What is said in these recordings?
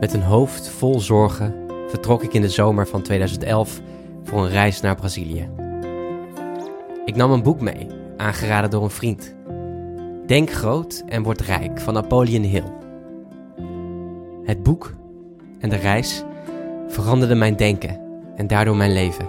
Met een hoofd vol zorgen vertrok ik in de zomer van 2011 voor een reis naar Brazilië. Ik nam een boek mee, aangeraden door een vriend. Denk groot en word rijk van Napoleon Hill. Het boek en de reis veranderden mijn denken en daardoor mijn leven.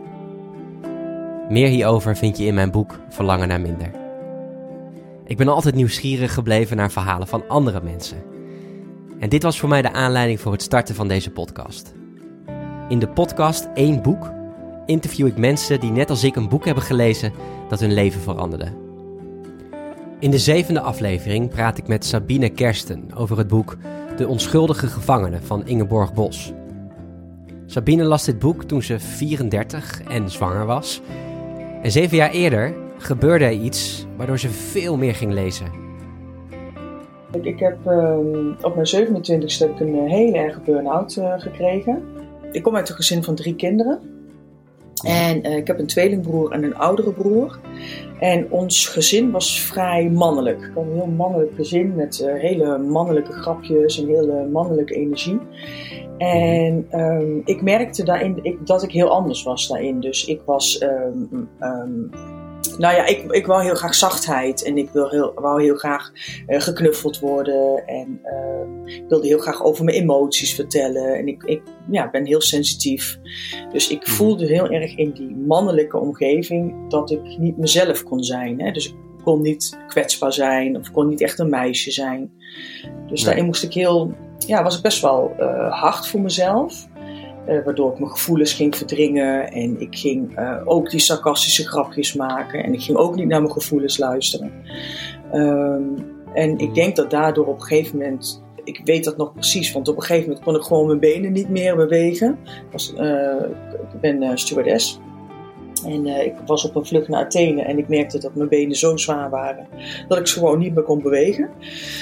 Meer hierover vind je in mijn boek Verlangen naar minder. Ik ben altijd nieuwsgierig gebleven naar verhalen van andere mensen. En dit was voor mij de aanleiding voor het starten van deze podcast. In de podcast 1 Boek interview ik mensen die net als ik een boek hebben gelezen dat hun leven veranderde. In de 7e aflevering praat ik met Sabine Kersten over het boek De onschuldige gevangene van Ingeborg Bos. Sabine las dit boek toen ze 34 en zwanger was. En 7 jaar eerder gebeurde er iets waardoor ze veel meer ging lezen. Ik heb op mijn 27e een hele erge burn-out gekregen. Ik kom uit een gezin van 3 kinderen. En ik heb een tweelingbroer en een oudere broer. En ons gezin was vrij mannelijk. Ik had een heel mannelijk gezin met hele mannelijke grapjes en hele mannelijke energie. En ik merkte daarin dat ik heel anders was daarin. Dus ik was... ik wou heel graag zachtheid en ik wou heel graag geknuffeld worden en ik wilde heel graag over mijn emoties vertellen en ik ben heel sensitief. Dus ik voelde heel erg in die mannelijke omgeving dat ik niet mezelf kon zijn. Hè? Dus ik kon niet kwetsbaar zijn of kon niet echt een meisje zijn. Dus daarin was ik best wel hard voor mezelf. Waardoor ik mijn gevoelens ging verdringen. En ik ging ook die sarcastische grapjes maken. En ik ging ook niet naar mijn gevoelens luisteren. En ik denk dat daardoor op een gegeven moment... Ik weet dat nog precies, want op een gegeven moment kon ik gewoon mijn benen niet meer bewegen. Ik ben stewardess. En ik was op een vlucht naar Athene en ik merkte dat mijn benen zo zwaar waren dat ik ze gewoon niet meer kon bewegen.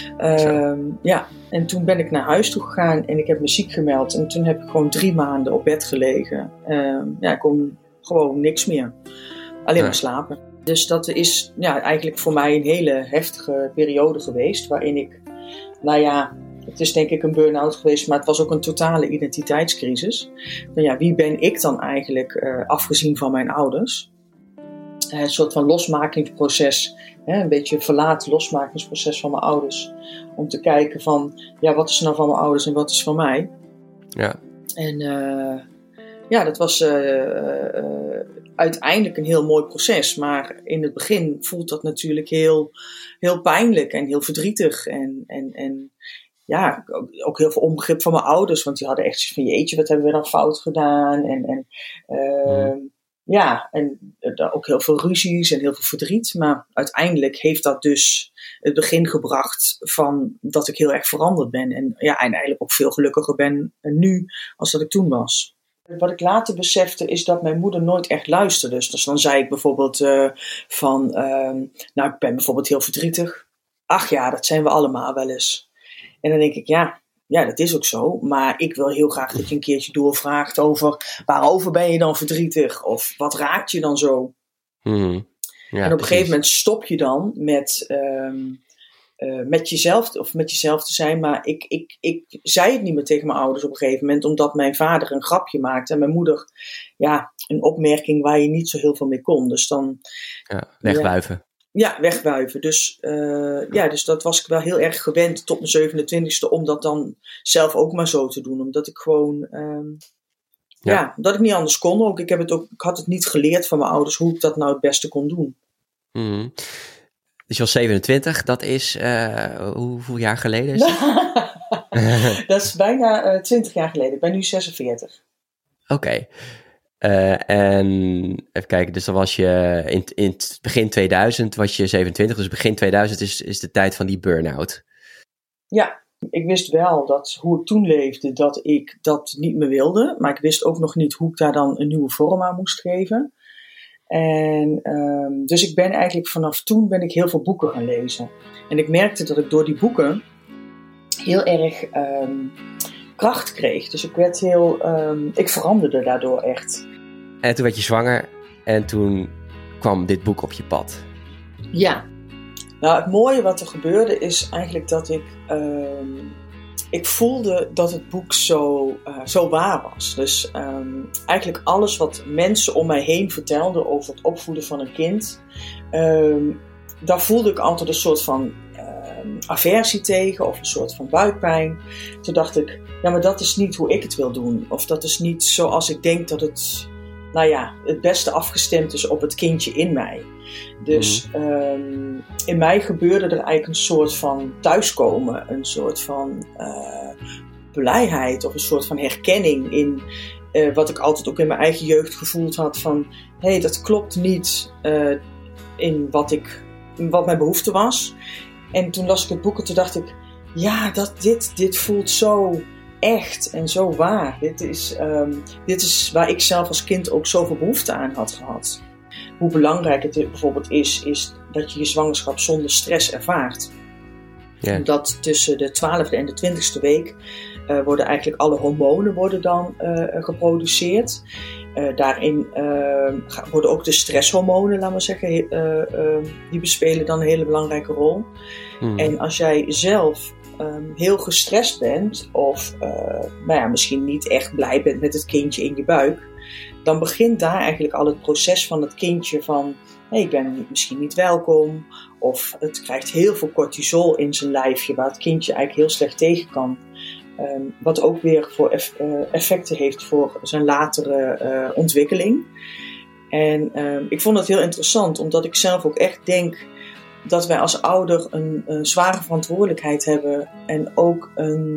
En toen ben ik naar huis toe gegaan en ik heb me ziek gemeld. En toen heb ik gewoon 3 maanden op bed gelegen. Ik kon gewoon niks meer. Alleen maar slapen. Dus dat is eigenlijk voor mij een hele heftige periode geweest. Waarin ik, het is denk ik een burn-out geweest, maar het was ook een totale identiteitscrisis. Wie ben ik dan eigenlijk afgezien van mijn ouders? Een soort van losmakingsproces, een beetje een verlaten losmakingsproces van mijn ouders. Om te kijken van, wat is nou van mijn ouders en wat is van mij? Ja. En dat was uiteindelijk een heel mooi proces. Maar in het begin voelt dat natuurlijk heel, heel pijnlijk en heel verdrietig. En ook heel veel onbegrip van mijn ouders. Want die hadden echt zoiets van, jeetje, wat hebben we dan fout gedaan? En ook heel veel ruzies en heel veel verdriet. Maar uiteindelijk heeft dat dus het begin gebracht van dat ik heel erg veranderd ben. En eigenlijk ook veel gelukkiger ben nu als dat ik toen was. Wat ik later besefte is dat mijn moeder nooit echt luisterde. Dus dan zei ik bijvoorbeeld ik ben bijvoorbeeld heel verdrietig. Ach ja, dat zijn we allemaal wel eens. En dan denk ik, ja, dat is ook zo. Maar ik wil heel graag dat je een keertje doorvraagt over waarover ben je dan verdrietig? Of wat raakt je dan zo? En op een gegeven moment stop je dan met jezelf te zijn. Maar ik zei het niet meer tegen mijn ouders op een gegeven moment. Omdat mijn vader een grapje maakte. En mijn moeder, een opmerking waar je niet zo heel veel mee kon. Dus dan... wegwuiven. Ja, wegwuiven. Dus dat was ik wel heel erg gewend tot mijn 27e om dat dan zelf ook maar zo te doen. Omdat ik gewoon, dat ik niet anders kon ook. Ik had het niet geleerd van mijn ouders hoe ik dat nou het beste kon doen. Mm-hmm. Dus je was 27, dat is, hoeveel jaar geleden is dat? Dat is bijna 20 jaar geleden. Ik ben nu 46. Oké. En even kijken, dus dan was je in het begin 2000 was je 27, dus begin 2000 is de tijd van die burn-out. Ja, ik wist wel dat hoe ik toen leefde, dat ik dat niet meer wilde. Maar ik wist ook nog niet hoe ik daar dan een nieuwe vorm aan moest geven. En dus ik ben eigenlijk vanaf toen heel veel boeken gaan lezen. En ik merkte dat ik door die boeken heel erg kracht kreeg. Dus ik veranderde daardoor echt. En toen werd je zwanger en toen kwam dit boek op je pad. Ja. Nou, het mooie wat er gebeurde is eigenlijk dat ik ik voelde dat het boek zo waar was. Dus eigenlijk alles wat mensen om mij heen vertelden over het opvoeden van een kind, daar voelde ik altijd een soort van aversie tegen of een soort van buikpijn. Toen dacht ik, ja, maar dat is niet hoe ik het wil doen. Of dat is niet zoals ik denk dat het, het beste afgestemd is op het kindje in mij. Dus in mij gebeurde er eigenlijk een soort van thuiskomen, een soort van blijheid of een soort van herkenning in wat ik altijd ook in mijn eigen jeugd gevoeld had van, hé, dat klopt niet in wat mijn behoefte was. En toen las ik het boek en toen dacht ik, ja, dit voelt zo echt en zo waar. Dit is waar ik zelf als kind ook zoveel behoefte aan had gehad. Hoe belangrijk het bijvoorbeeld is dat je je zwangerschap zonder stress ervaart. Yeah. Omdat tussen de 12e en de 20e week worden eigenlijk alle hormonen dan geproduceerd. Daarin worden ook de stresshormonen, laten we zeggen, die bespelen dan een hele belangrijke rol. En als jij zelf heel gestrest bent of misschien niet echt blij bent met het kindje in je buik, dan begint daar eigenlijk al het proces van het kindje van, ik ben misschien niet welkom, of het krijgt heel veel cortisol in zijn lijfje waar het kindje eigenlijk heel slecht tegen kan. Wat ook weer voor effecten heeft voor zijn latere ontwikkeling. En ik vond het heel interessant, omdat ik zelf ook echt denk dat wij als ouder een zware verantwoordelijkheid hebben. En ook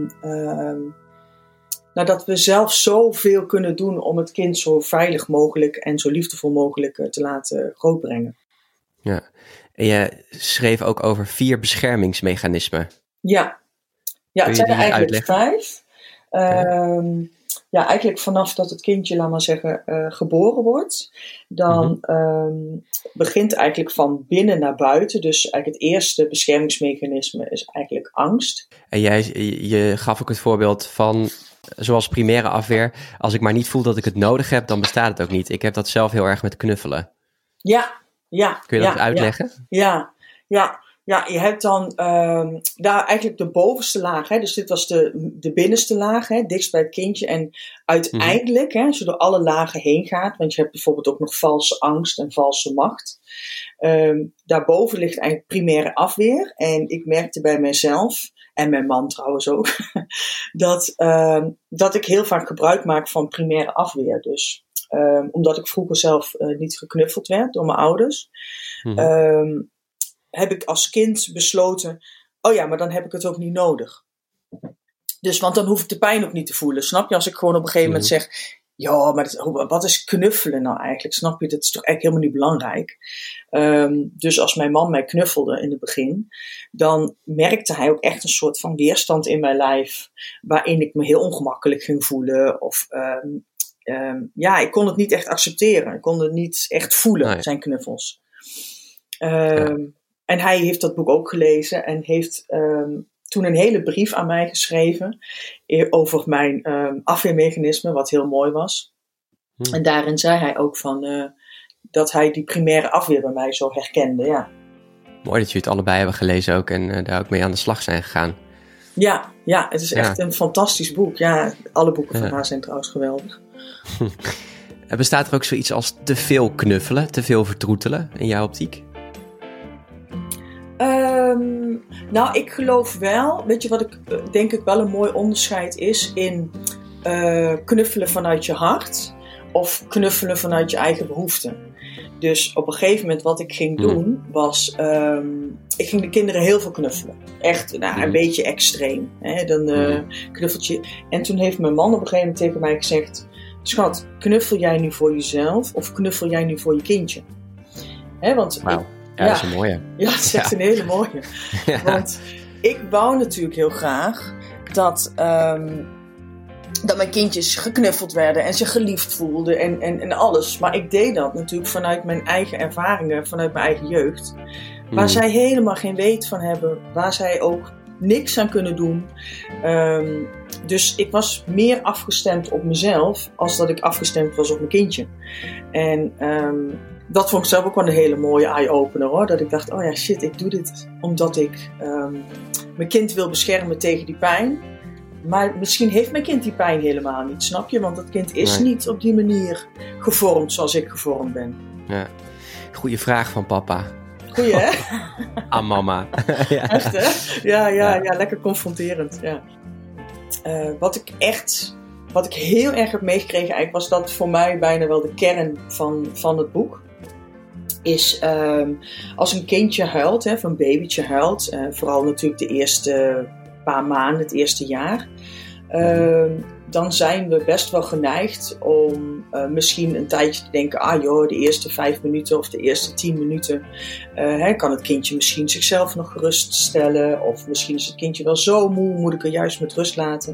dat we zelf zoveel kunnen doen om het kind zo veilig mogelijk en zo liefdevol mogelijk te laten grootbrengen. Ja, en je schreef ook over 4 beschermingsmechanismen. Ja, het zijn er eigenlijk 5. Eigenlijk vanaf dat het kindje, laat maar zeggen, geboren wordt. Dan begint eigenlijk van binnen naar buiten. Dus eigenlijk het eerste beschermingsmechanisme is eigenlijk angst. En je gaf ook het voorbeeld van, zoals primaire afweer, als ik maar niet voel dat ik het nodig heb, dan bestaat het ook niet. Ik heb dat zelf heel erg met knuffelen. Ja. Kun je dat uitleggen? Ja, je hebt dan daar eigenlijk de bovenste laag. Hè? Dus dit was de binnenste laag, hè, dichtst bij het kindje. En uiteindelijk, als je door alle lagen heen gaat, want je hebt bijvoorbeeld ook nog valse angst en valse macht. Daarboven ligt eigenlijk primaire afweer. En ik merkte bij mezelf, en mijn man trouwens ook, dat ik heel vaak gebruik maak van primaire afweer. Dus omdat ik vroeger zelf niet geknuffeld werd door mijn ouders, heb ik als kind besloten, maar dan heb ik het ook niet nodig. Dus, want dan hoef ik de pijn ook niet te voelen. Snap je? Als ik gewoon op een gegeven moment zeg, ja, maar wat is knuffelen nou eigenlijk? Snap je? Dat is toch echt helemaal niet belangrijk. Dus als mijn man mij knuffelde in het begin, dan merkte hij ook echt een soort van weerstand in mijn lijf, waarin ik me heel ongemakkelijk ging voelen. Of ik kon het niet echt accepteren. Ik kon het niet echt voelen, zijn knuffels. En hij heeft dat boek ook gelezen en heeft toen een hele brief aan mij geschreven over mijn afweermechanisme, wat heel mooi was. En daarin zei hij ook van dat hij die primaire afweer bij mij zo herkende. Ja. Mooi dat jullie het allebei hebben gelezen ook en daar ook mee aan de slag zijn gegaan. Ja, het is echt een fantastisch boek. Ja, alle boeken van haar zijn trouwens geweldig. Bestaat er ook zoiets als te veel knuffelen, te veel vertroetelen in jouw optiek? Ik geloof wel, weet je wat ik denk ik wel een mooi onderscheid is in knuffelen vanuit je hart of knuffelen vanuit je eigen behoeften. Dus op een gegeven moment wat ik ging doen was, ik ging de kinderen heel veel knuffelen. Echt een beetje extreem. Hè? Dan knuffeltje. En toen heeft mijn man op een gegeven moment tegen mij gezegd, schat, knuffel jij nu voor jezelf of knuffel jij nu voor je kindje? Hè, want Ja, dat is een mooie. Ja, dat is echt een hele mooie. Ja. Want ik wou natuurlijk heel graag dat mijn kindjes geknuffeld werden en zich geliefd voelden en alles. Maar ik deed dat natuurlijk vanuit mijn eigen ervaringen, vanuit mijn eigen jeugd. Waar zij helemaal geen weet van hebben, waar zij ook niks aan kunnen doen. Dus ik was meer afgestemd op mezelf als dat ik afgestemd was op mijn kindje. En dat vond ik zelf ook wel een hele mooie eye-opener hoor. Dat ik dacht, ik doe dit omdat ik mijn kind wil beschermen tegen die pijn. Maar misschien heeft mijn kind die pijn helemaal niet, snap je? Want dat kind is niet op die manier gevormd zoals ik gevormd ben. Ja. Goeie vraag van papa. Goeie, hè? Aan mama. Ja. Echt, hè? Ja, lekker confronterend. Ja. Wat ik heel erg heb meegekregen eigenlijk, was dat voor mij bijna wel de kern van het boek. Is als een kindje huilt, of een babytje huilt, vooral natuurlijk de eerste paar maanden, het eerste jaar, dan zijn we best wel geneigd om misschien een tijdje te denken, de eerste 5 minuten of de eerste 10 minuten kan het kindje misschien zichzelf nog geruststellen, of misschien is het kindje wel zo moe, moet ik er juist met rust laten.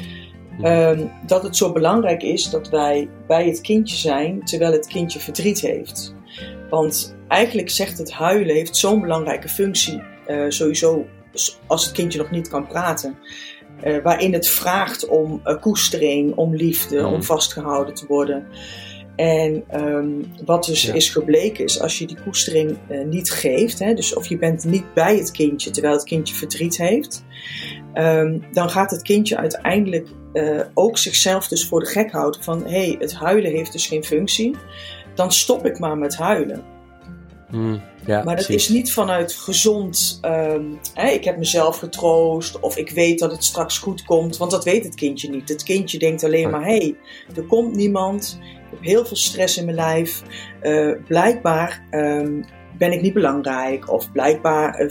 Dat het zo belangrijk is dat wij bij het kindje zijn terwijl het kindje verdriet heeft. Want eigenlijk zegt het huilen heeft zo'n belangrijke functie, sowieso als het kindje nog niet kan praten, waarin het vraagt om koestering, om liefde, om vastgehouden te worden. En wat dus is gebleken is, als je die koestering niet geeft, dus of je bent niet bij het kindje terwijl het kindje verdriet heeft, dan gaat het kindje uiteindelijk ook zichzelf dus voor de gek houden van het huilen heeft dus geen functie, dan stop ik maar met huilen. Maar dat is niet vanuit gezond, ik heb mezelf getroost of ik weet dat het straks goed komt, want dat weet het kindje niet. Het kindje denkt alleen maar, er komt niemand, ik heb heel veel stress in mijn lijf, blijkbaar ben ik niet belangrijk of blijkbaar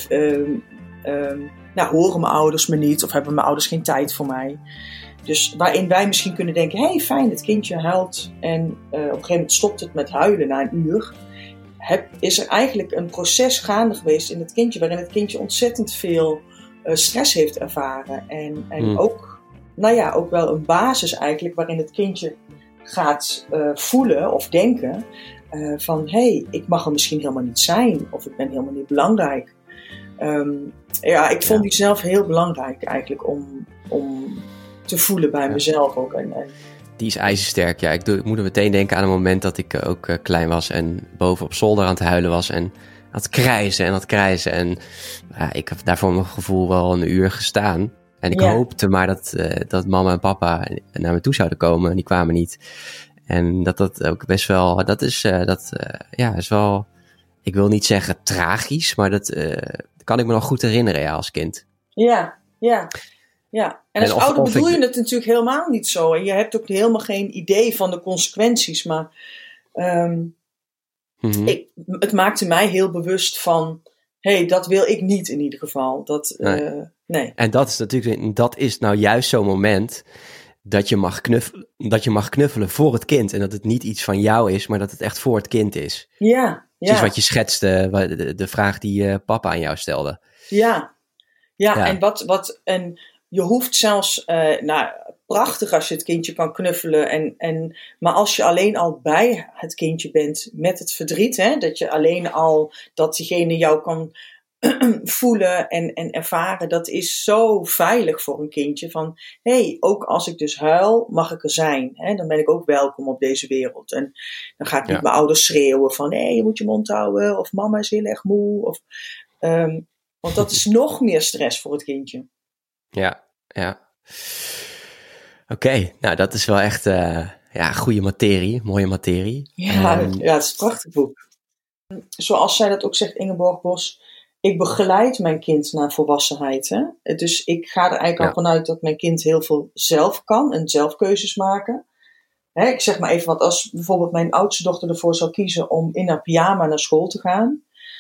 horen mijn ouders me niet of hebben mijn ouders geen tijd voor mij. Dus waarin wij misschien kunnen denken, fijn, het kindje huilt en op een gegeven moment stopt het met huilen na een uur. Is er eigenlijk een proces gaande geweest in het kindje, waarin het kindje ontzettend veel stress heeft ervaren. En ook wel een basis eigenlijk, waarin het kindje gaat voelen of denken van, ik mag er misschien helemaal niet zijn, of ik ben helemaal niet belangrijk. Ik vond die zelf heel belangrijk eigenlijk om te voelen bij mezelf ook. Die is ijzersterk, ja. Ik moet er meteen denken aan een moment dat ik ook klein was en boven op zolder aan het huilen was en aan het krijzen. En ik heb daar voor mijn gevoel wel een uur gestaan. En ik hoopte maar dat mama en papa naar me toe zouden komen en die kwamen niet. En dat ook best wel, is wel, ik wil niet zeggen tragisch, maar dat kan ik me nog goed herinneren, als kind. Ja. En als ouder bedoel je het natuurlijk helemaal niet zo. En je hebt ook helemaal geen idee van de consequenties. Maar het maakte mij heel bewust van, dat wil ik niet in ieder geval. Nee. En dat is nou juist zo'n moment dat je mag knuffelen voor het kind. En dat het niet iets van jou is, maar dat het echt voor het kind is. Ja. Precies wat je schetste, de vraag die papa aan jou stelde. Ja. En je hoeft zelfs, prachtig als je het kindje kan knuffelen. Maar als je alleen al bij het kindje bent met het verdriet, dat je alleen al dat diegene jou kan voelen en ervaren, dat is zo veilig voor een kindje. Van, ook als ik dus huil, mag ik er zijn. Dan ben ik ook welkom op deze wereld. En dan ga ik niet mijn ouders schreeuwen van, je moet je mond houden, of mama is heel erg moe. Want dat is nog meer stress voor het kindje. Ja. Oké, nou dat is wel echt goede materie, mooie materie. Ja, het is een prachtig boek. Zoals zij dat ook zegt, Ingeborg Bos, ik begeleid mijn kind naar volwassenheid. Hè? Dus ik ga er eigenlijk al vanuit dat mijn kind heel veel zelf kan en zelf keuzes maken. Ik zeg maar even, want als bijvoorbeeld mijn oudste dochter ervoor zou kiezen om in haar pyjama naar school te gaan,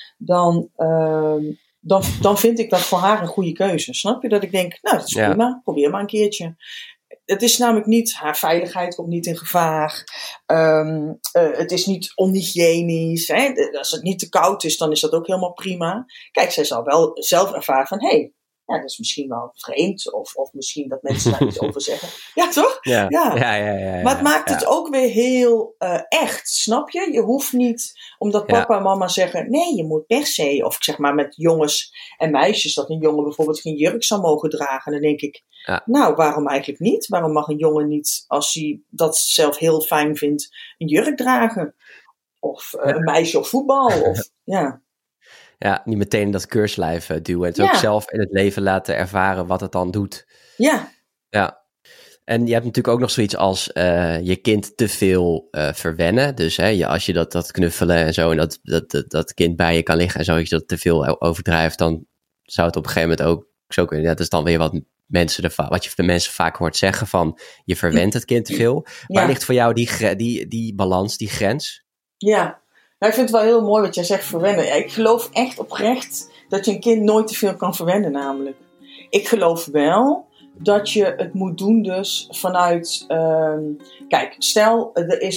dan vind ik dat voor haar een goede keuze. Snap je? Dat ik denk, dat is prima, probeer maar een keertje. Het is namelijk niet, haar veiligheid komt niet in gevaar. Het is niet onhygiënisch. Als het niet te koud is, dan is dat ook helemaal prima. Kijk, zij zal wel zelf ervaren van, dat is misschien wel vreemd. Of misschien dat mensen daar iets over zeggen. Ja, toch? Ja. Maar het maakt het ook weer heel echt, snap je? Je hoeft niet, omdat papa en mama zeggen, nee, je moet per se. Of ik zeg maar met jongens en meisjes, dat een jongen bijvoorbeeld geen jurk zou mogen dragen. Dan denk ik, waarom eigenlijk niet? Waarom mag een jongen niet, als hij dat zelf heel fijn vindt, een jurk dragen? Of een meisje op voetbal? Ja, niet meteen dat keurslijf duwen. Het ook zelf in het leven laten ervaren wat het dan doet. Ja. Ja. En je hebt natuurlijk ook nog zoiets als je kind te veel verwennen. Dus als je dat knuffelen en zo en dat kind bij je kan liggen en zo, als je dat te veel overdrijft, dan zou het op een gegeven moment ook zo kunnen. Dat is dan weer wat je de mensen vaak hoort zeggen van je verwent het kind te veel. Waar ligt voor jou die balans, die grens? Ja, nou, ik vind het wel heel mooi wat jij zegt, verwennen. Ja, ik geloof echt oprecht dat je een kind nooit te veel kan verwennen namelijk. Ik geloof wel dat je het moet doen dus vanuit... kijk, stel er is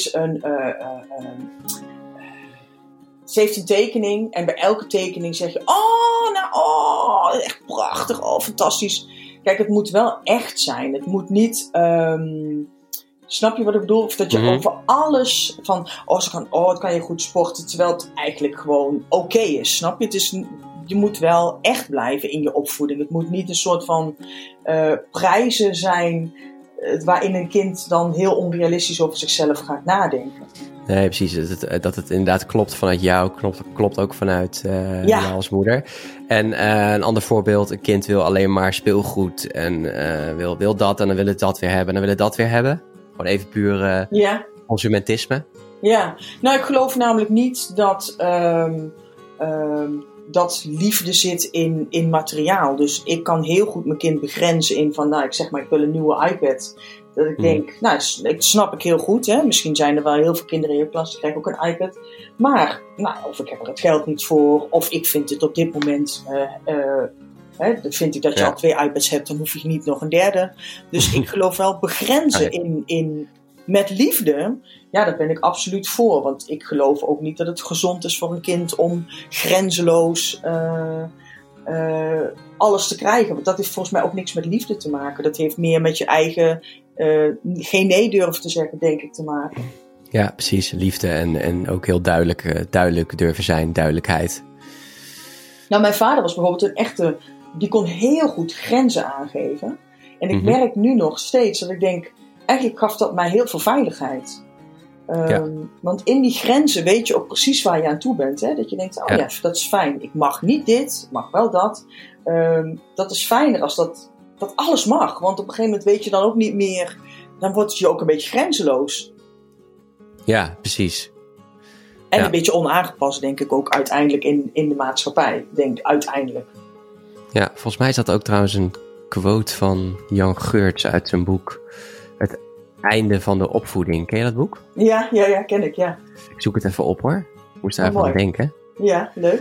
ze heeft een tekening en bij elke tekening zeg je... echt prachtig, fantastisch. Kijk, het moet wel echt zijn. Het moet niet... snap je wat ik bedoel? Of dat je over alles van... het kan je goed sporten, terwijl het eigenlijk gewoon oké is. Snap je? Je moet wel echt blijven in je opvoeding. Het moet niet een soort van prijzen zijn... waarin een kind dan heel onrealistisch over zichzelf gaat nadenken. Nee, precies. Dat het inderdaad klopt vanuit jou, klopt ook vanuit jou als moeder. En een ander voorbeeld, een kind wil alleen maar speelgoed en wil dat en dan wil het dat weer hebben en dan wil het dat weer hebben. Gewoon even puur consumentisme. Ja, nou ik geloof namelijk niet dat liefde zit in materiaal. Dus ik kan heel goed mijn kind begrenzen in van, ik zeg maar, ik wil een nieuwe iPad. Dat ik denk, dat snap ik heel goed. Hè? Misschien zijn er wel heel veel kinderen in je klas die krijgen ook een iPad. Maar, of ik heb er het geld niet voor, of ik vind het op dit moment... dan vind ik dat je al 2 iPads hebt, dan hoef je niet nog een derde. Dus ik geloof wel begrenzen in met liefde. Ja, daar ben ik absoluut voor. Want ik geloof ook niet dat het gezond is voor een kind om grenzeloos alles te krijgen. Want dat heeft volgens mij ook niks met liefde te maken. Dat heeft meer met je eigen geen nee durven te zeggen, denk ik, te maken. Ja, precies. Liefde en ook heel duidelijk durven zijn, duidelijkheid. Nou, mijn vader was bijvoorbeeld een echte... Die kon heel goed grenzen aangeven. En ik merk nu nog steeds dat ik denk... Eigenlijk gaf dat mij heel veel veiligheid. Want in die grenzen weet je ook precies waar je aan toe bent. Hè? Dat je denkt, dat is fijn. Ik mag niet dit, ik mag wel dat. Dat is fijner als dat alles mag. Want op een gegeven moment weet je dan ook niet meer... Dan wordt je ook een beetje grenzeloos. Ja, precies. En een beetje onaangepast, denk ik ook uiteindelijk in de maatschappij. Denk uiteindelijk. Ja, volgens mij is dat ook trouwens een quote van Jan Geurts uit zijn boek Het einde van de opvoeding. Ken je dat boek? Ja, ken ik, ja. Ik zoek het even op hoor. Ik moest daar even aan denken. Ja, leuk.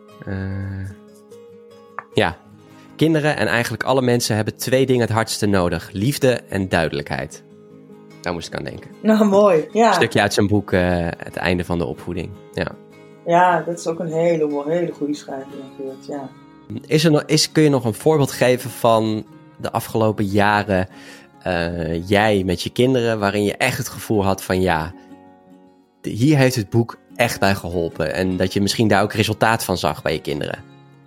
Kinderen en eigenlijk alle mensen hebben 2 dingen het hardste nodig. Liefde en duidelijkheid. Daar moest ik aan denken. Nou, mooi. Ja. Een stukje uit zijn boek Het einde van de opvoeding. Ja, dat is ook een hele goede schrijver. Ja. Kun je nog een voorbeeld geven van de afgelopen jaren... jij met je kinderen, waarin je echt het gevoel had van hier heeft het boek echt bij geholpen. En dat je misschien daar ook resultaat van zag bij je kinderen.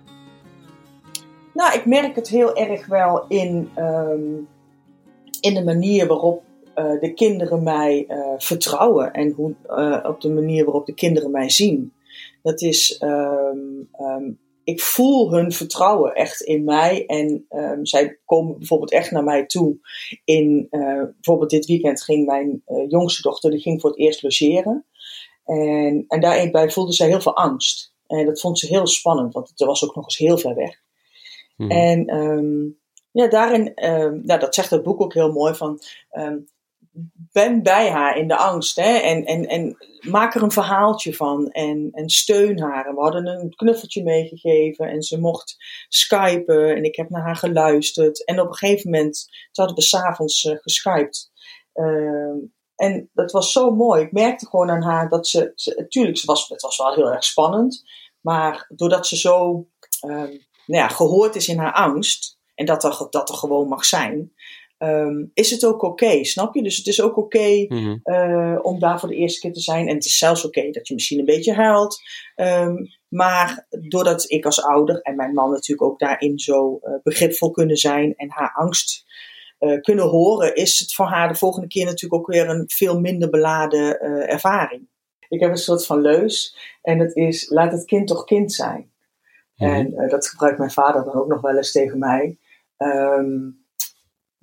Nou, ik merk het heel erg wel in de manier waarop de kinderen mij vertrouwen. En op de manier waarop de kinderen mij zien. Dat is... ik voel hun vertrouwen echt in mij. En zij komen bijvoorbeeld echt naar mij toe. Bijvoorbeeld dit weekend ging mijn jongste dochter, die ging voor het eerst logeren. En daarbij voelde zij heel veel angst. En dat vond ze heel spannend, want het was ook nog eens heel ver weg. En daarin, dat zegt het boek ook heel mooi van... ben bij haar in de angst. Hè? En maak er een verhaaltje van. En steun haar. En we hadden een knuffeltje meegegeven. En ze mocht skypen. En ik heb naar haar geluisterd. En op een gegeven moment... Toen hadden we 's avonds geskyped. En dat was zo mooi. Ik merkte gewoon aan haar dat tuurlijk, het was wel heel erg spannend. Maar doordat ze zo gehoord is in haar angst. En dat er gewoon mag zijn... is het ook oké, snap je? Dus het is ook oké om daar voor de eerste keer te zijn. En het is zelfs oké dat je misschien een beetje huilt. Maar doordat ik als ouder en mijn man natuurlijk ook daarin zo begripvol kunnen zijn en haar angst kunnen horen, is het voor haar de volgende keer natuurlijk ook weer een veel minder beladen ervaring. Ik heb een soort van leus en dat is: laat het kind toch kind zijn. En dat gebruikt mijn vader dan ook nog wel eens tegen mij.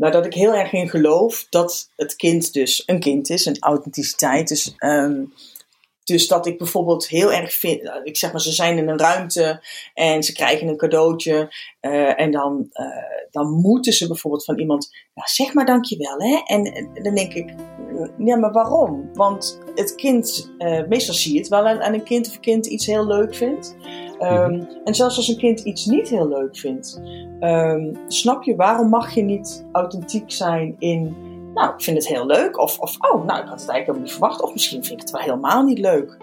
Nou, dat ik heel erg in geloof dat het kind dus een kind is, een authenticiteit. Dus dat ik bijvoorbeeld heel erg vind, ik zeg maar, ze zijn in een ruimte en ze krijgen een cadeautje. En dan moeten ze bijvoorbeeld van iemand, nou, zeg maar dankjewel, hè. En dan denk ik, ja, maar waarom? Want het kind, meestal zie je het wel aan een kind of een kind iets heel leuk vindt. En zelfs als een kind iets niet heel leuk vindt, snap je, waarom mag je niet authentiek zijn in, nou, ik vind het heel leuk, of oh, nou, ik had het eigenlijk helemaal niet verwacht, of misschien vind ik het wel helemaal niet leuk.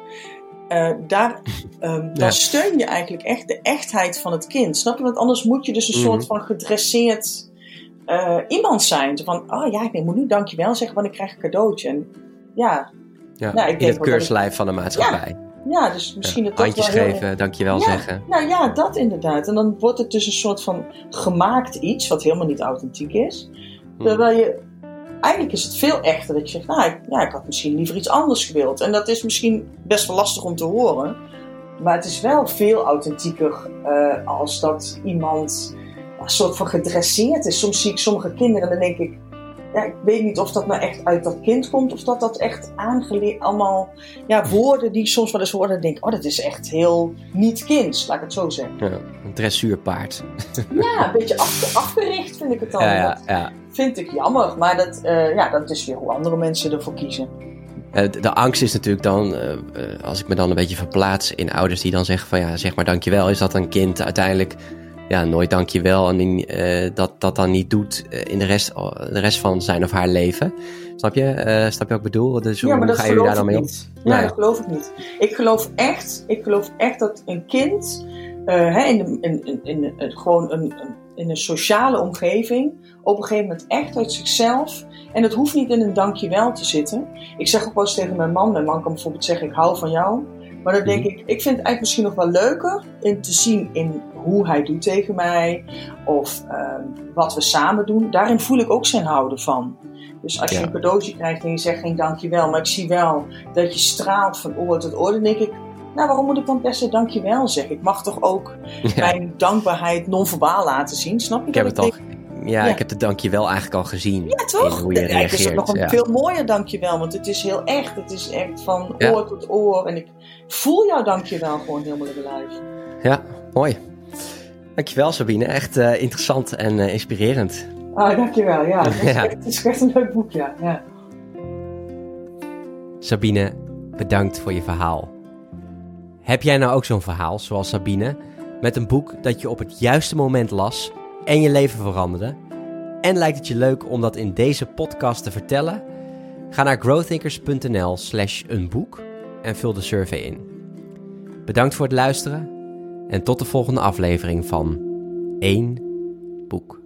Dan steun je eigenlijk echt de echtheid van het kind, snap je? Want anders moet je dus een soort van gedresseerd iemand zijn. Zo van, oh ja, ik moet nu dankjewel zeggen, want ik krijg een cadeautje. En ik in het keurslijf van de maatschappij. Ja, dus misschien het handjes toch wel geven, dankjewel zeggen. Nou ja, dat inderdaad. En dan wordt het dus een soort van gemaakt iets, wat helemaal niet authentiek is. Terwijl je, eigenlijk is het veel echter dat je zegt, nou, ik had misschien liever iets anders gewild. En dat is misschien best wel lastig om te horen. Maar het is wel veel authentieker als dat iemand een soort van gedresseerd is. Soms zie ik sommige kinderen en dan denk ik, ja, ik weet niet of dat nou echt uit dat kind komt of dat echt aangeleerd, allemaal woorden die soms wel eens horen en denk, oh, dat is echt heel niet kinds, laat ik het zo zeggen. Ja, een dressuurpaard. Ja, een beetje afgericht vind ik het dan. Dat vind ik jammer, maar dat is weer hoe andere mensen ervoor kiezen. De angst is natuurlijk dan, als ik me dan een beetje verplaats in ouders die dan zeggen van ja, zeg maar dankjewel, is dat een kind uiteindelijk nooit dankjewel en dat dan niet doet in de rest van zijn of haar leven. Snap je? Snap je wat ik bedoel? Dus ja, maar hoe gaan jullie daar dan mee om? Ja, dat geloof ik niet. Ik geloof echt dat een kind in een sociale omgeving op een gegeven moment echt uit zichzelf, en het hoeft niet in een dankjewel te zitten. Ik zeg ook wel eens tegen mijn man kan bijvoorbeeld zeggen, ik hou van jou. Maar dan denk ik vind het eigenlijk misschien nog wel leuker in te zien in hoe hij doet tegen mij. Of wat we samen doen. Daarin voel ik ook zijn houden van. Dus als je een cadeautje krijgt en je zegt geen dankjewel. Maar ik zie wel dat je straalt van oor tot oor. Dan denk ik, nou, waarom moet ik dan per se dankjewel zeggen? Ik mag toch ook mijn dankbaarheid non-verbaal laten zien. Snap je? Ik heb het al. Ik heb de dankjewel eigenlijk al gezien. Ja, toch? Hoe je reageert. Het is nog een veel mooier dankjewel. Want het is heel echt. Het is echt van oor tot oor. En ik voel jouw dankjewel gewoon helemaal in mijn lijf. Ja, mooi. Dankjewel Sabine. Echt interessant en inspirerend. Dankjewel. Ja, het is echt een leuk boek, ja. Sabine, bedankt voor je verhaal. Heb jij nou ook zo'n verhaal, zoals Sabine, met een boek dat je op het juiste moment las en je leven veranderde? En lijkt het je leuk om dat in deze podcast te vertellen? Ga naar growthinkers.nl/eenboek en vul de survey in. Bedankt voor het luisteren en tot de volgende aflevering van 1 Boek.